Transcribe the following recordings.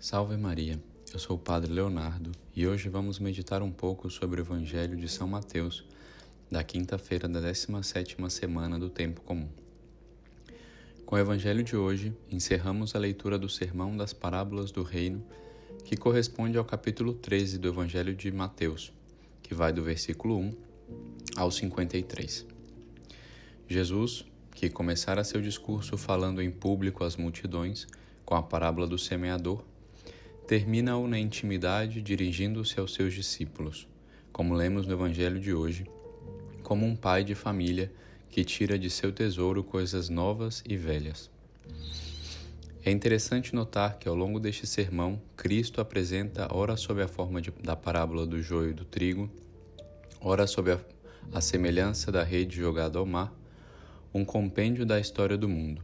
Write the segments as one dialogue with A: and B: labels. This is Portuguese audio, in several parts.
A: Salve Maria, eu sou o Padre Leonardo e hoje vamos meditar um pouco sobre o Evangelho de São Mateus, da quinta-feira da 17ª semana do Tempo Comum. Com o Evangelho de hoje, encerramos a leitura do Sermão das Parábolas do Reino, que corresponde ao capítulo 13 do Evangelho de Mateus, que vai do versículo 1 ao 53. Jesus, que começara seu discurso falando em público às multidões, com a parábola do semeador, termina-o na intimidade dirigindo-se aos seus discípulos, como lemos no Evangelho de hoje, como um pai de família que tira de seu tesouro coisas novas e velhas. É interessante notar que ao longo deste sermão, Cristo apresenta ora sob a forma da parábola do joio e do trigo, ora sob a semelhança da rede jogada ao mar, um compêndio da história do mundo.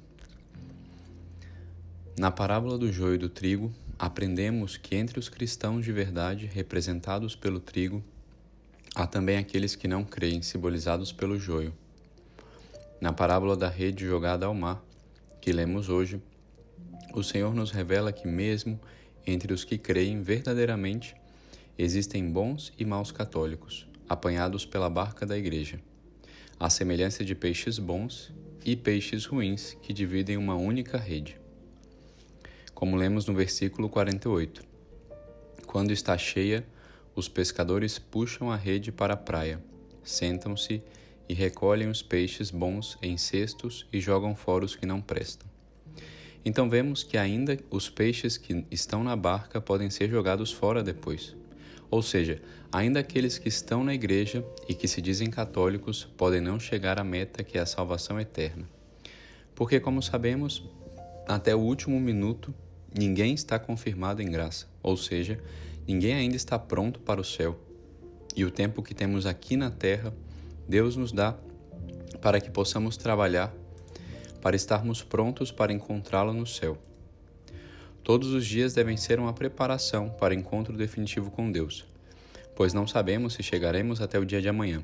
A: Na parábola do joio e do trigo, aprendemos que entre os cristãos de verdade, representados pelo trigo, há também aqueles que não creem, simbolizados pelo joio. Na parábola da rede jogada ao mar, que lemos hoje, o Senhor nos revela que mesmo entre os que creem verdadeiramente, existem bons e maus católicos, apanhados pela barca da igreja, à semelhança de peixes bons e peixes ruins que dividem uma única rede. Como lemos no versículo 48. Quando está cheia, os pescadores puxam a rede para a praia, sentam-se e recolhem os peixes bons em cestos e jogam fora os que não prestam. Então vemos que ainda os peixes que estão na barca podem ser jogados fora depois. Ou seja, ainda aqueles que estão na igreja e que se dizem católicos podem não chegar à meta que é a salvação eterna. Porque, como sabemos, até o último minuto, ninguém está confirmado em graça, ou seja, ninguém ainda está pronto para o céu. E o tempo que temos aqui na terra, Deus nos dá para que possamos trabalhar, para estarmos prontos para encontrá-lo no céu. Todos os dias devem ser uma preparação para o encontro definitivo com Deus, pois não sabemos se chegaremos até o dia de amanhã.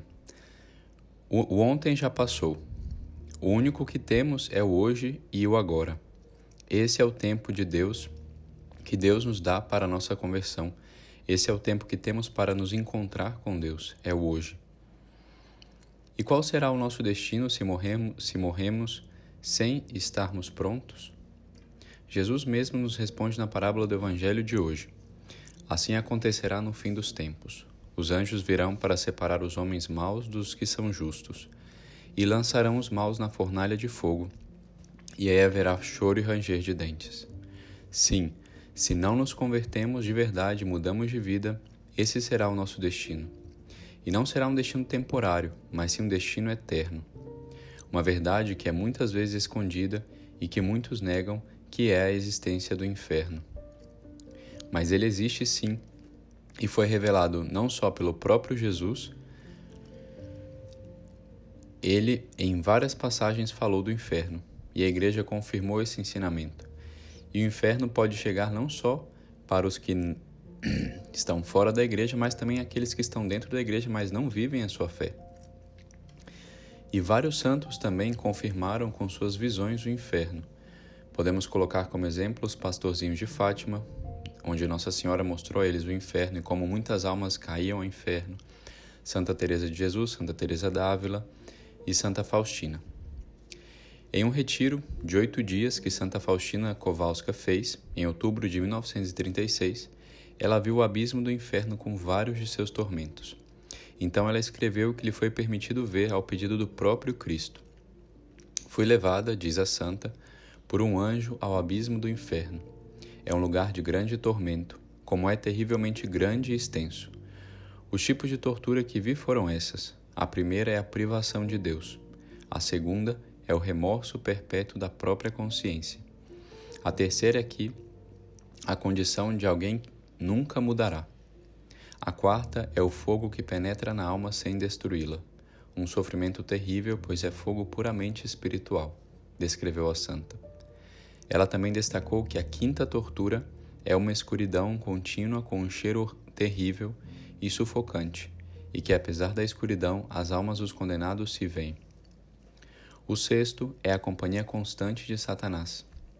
A: O ontem já passou. O único que temos é o hoje e o agora. Esse é o tempo de Deus, que Deus nos dá para a nossa conversão. Esse é o tempo que temos para nos encontrar com Deus, é o hoje. E qual será o nosso destino se morremos sem estarmos prontos? Jesus mesmo nos responde na parábola do Evangelho de hoje. Assim acontecerá no fim dos tempos. Os anjos virão para separar os homens maus dos que são justos, e lançarão os maus na fornalha de fogo, e aí haverá choro e ranger de dentes. Sim, se não nos convertemos de verdade e mudamos de vida, esse será o nosso destino. E não será um destino temporário, mas sim um destino eterno. Uma verdade que é muitas vezes escondida e que muitos negam, que é a existência do inferno. Mas ele existe sim, e foi revelado não só pelo próprio Jesus. Ele, em várias passagens, falou do inferno, e a igreja confirmou esse ensinamento. E o inferno pode chegar não só para os que estão fora da igreja, mas também aqueles que estão dentro da igreja, mas não vivem a sua fé. E vários santos também confirmaram com suas visões o inferno. Podemos colocar como exemplo os pastorzinhos de Fátima, onde Nossa Senhora mostrou a eles o inferno e como muitas almas caíam ao inferno, Santa Teresa de Jesus, Santa Teresa d'Ávila e Santa Faustina. Em um retiro de 8 dias que Santa Faustina Kowalska fez, em outubro de 1936, ela viu o abismo do inferno com vários de seus tormentos. Então ela escreveu o que lhe foi permitido ver ao pedido do próprio Cristo. Fui levada, diz a santa, por um anjo ao abismo do inferno. É um lugar de grande tormento, como é terrivelmente grande e extenso. Os tipos de tortura que vi foram essas. A primeira é a privação de Deus. A segunda é o remorso perpétuo da própria consciência. A terceira é que a condição de alguém nunca mudará. A quarta é o fogo que penetra na alma sem destruí-la. Um sofrimento terrível, pois é fogo puramente espiritual, descreveu a santa. Ela também destacou que a quinta tortura é uma escuridão contínua com um cheiro terrível e sufocante, e que apesar da escuridão, as almas dos condenados se veem. O sexto é a companhia constante de Satanás.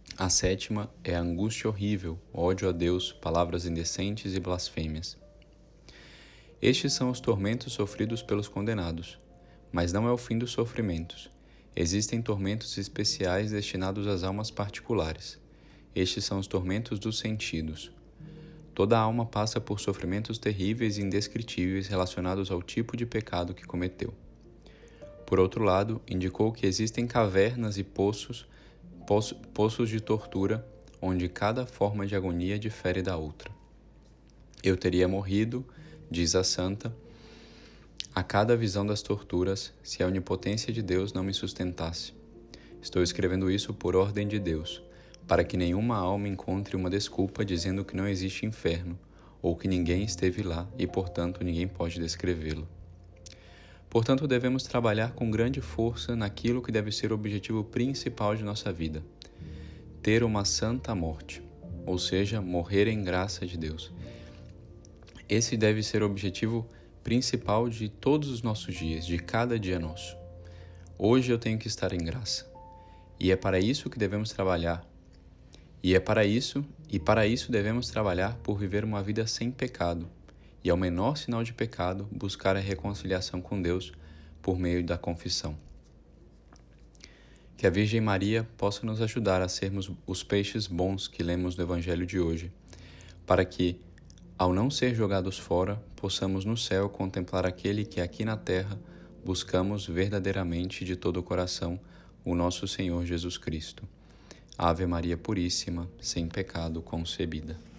A: A sétima é a angústia horrível, ódio a Deus, palavras indecentes e blasfêmias. Estes são os tormentos sofridos pelos condenados, mas não é o fim dos sofrimentos. Existem tormentos especiais destinados às almas particulares. Estes são os tormentos dos sentidos. Toda alma passa por sofrimentos terríveis e indescritíveis relacionados ao tipo de pecado que cometeu. Por outro lado, indicou que existem cavernas e poços de tortura, onde cada forma de agonia difere da outra. Eu teria morrido, diz a santa, a cada visão das torturas, se a onipotência de Deus não me sustentasse. Estou escrevendo isso por ordem de Deus, para que nenhuma alma encontre uma desculpa dizendo que não existe inferno, ou que ninguém esteve lá e, portanto, ninguém pode descrevê-lo. Portanto, devemos trabalhar com grande força naquilo que deve ser o objetivo principal de nossa vida: ter uma santa morte, ou seja, morrer em graça de Deus. Esse deve ser o objetivo principal de todos os nossos dias, de cada dia nosso. Hoje eu tenho que estar em graça. E é para isso que devemos trabalhar. Para isso devemos trabalhar por viver uma vida sem pecado. E ao menor sinal de pecado, buscar a reconciliação com Deus por meio da confissão. Que a Virgem Maria possa nos ajudar a sermos os peixes bons que lemos no Evangelho de hoje, para que, ao não ser jogados fora, possamos no céu contemplar aquele que aqui na terra buscamos verdadeiramente de todo o coração, o nosso Senhor Jesus Cristo. Ave Maria Puríssima, sem pecado concebida.